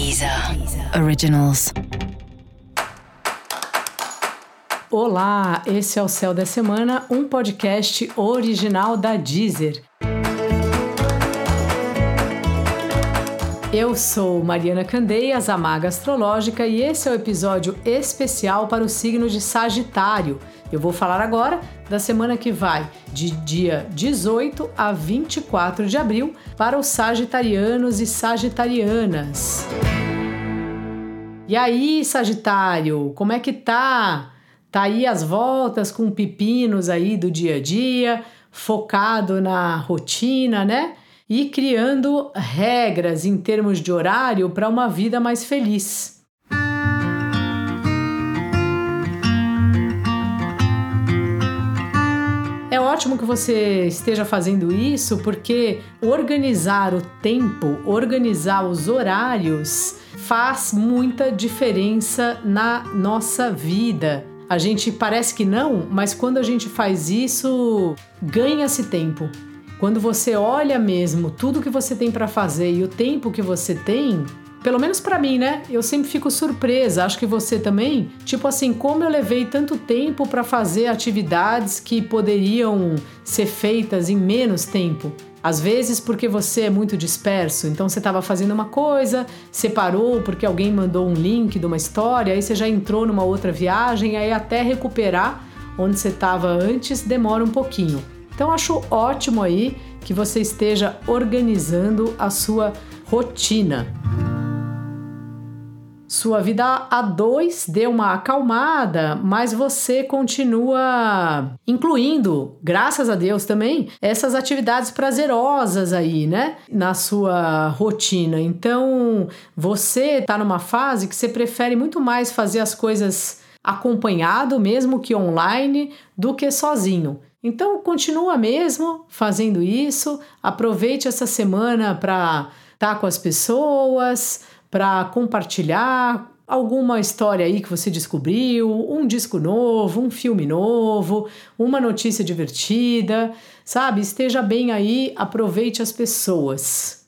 Deezer Originals. Olá, esse é o Céu da Semana, um podcast original da Deezer. Eu sou Mariana Candeias, a Maga Astrológica, e esse é o episódio especial para o signo de Sagitário. Eu vou falar agora da semana que vai de dia 18 a 24 de abril para os sagitarianos e sagitarianas. E aí, Sagitário, como é que tá? Tá aí às voltas com pepinos aí do dia a dia, focado na rotina, né? E criando regras em termos de horário para uma vida mais feliz. É ótimo que você esteja fazendo isso, porque organizar o tempo, organizar os horários, faz muita diferença na nossa vida. A gente parece que não, mas quando a gente faz isso, ganha-se tempo. Quando você olha mesmo tudo que você tem para fazer e o tempo que você tem, pelo menos para mim, né? Eu sempre fico surpresa, acho que você também. Tipo assim, como eu levei tanto tempo para fazer atividades que poderiam ser feitas em menos tempo. Às vezes porque você é muito disperso, então você estava fazendo uma coisa, você parou porque alguém mandou um link de uma história, aí você já entrou numa outra viagem, aí até recuperar onde você estava antes demora um pouquinho. Então acho ótimo aí que você esteja organizando a sua rotina. Sua vida a dois deu uma acalmada, mas você continua incluindo, graças a Deus também, essas atividades prazerosas aí, né? Na sua rotina. Então, você tá numa fase que você prefere muito mais fazer as coisas acompanhado, mesmo que online, do que sozinho. Então, continua mesmo fazendo isso, aproveite essa semana para estar com as pessoas, para compartilhar alguma história aí que você descobriu, um disco novo, um filme novo, uma notícia divertida, sabe? Esteja bem aí, aproveite as pessoas.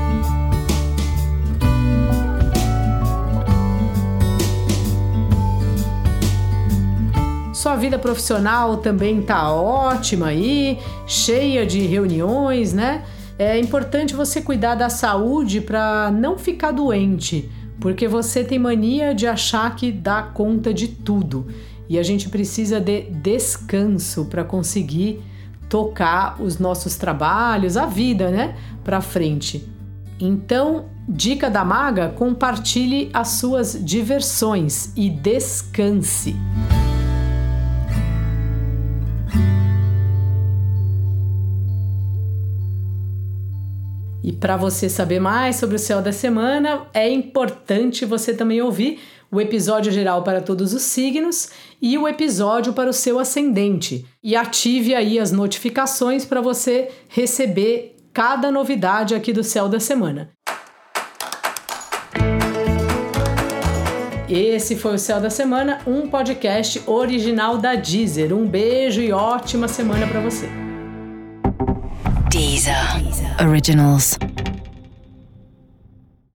Sua vida profissional também tá ótima aí, cheia de reuniões, né? É importante você cuidar da saúde para não ficar doente, porque você tem mania de achar que dá conta de tudo. E a gente precisa de descanso para conseguir tocar os nossos trabalhos, a vida, né? Para frente. Então, dica da Maga, compartilhe as suas diversões e descanse. E para você saber mais sobre o céu da semana, é importante você também ouvir o episódio geral para todos os signos e o episódio para o seu ascendente. E ative aí as notificações para você receber cada novidade aqui do céu da semana. Esse foi o Céu da Semana, um podcast original da Deezer. Um beijo e ótima semana para você. Deezer Originals.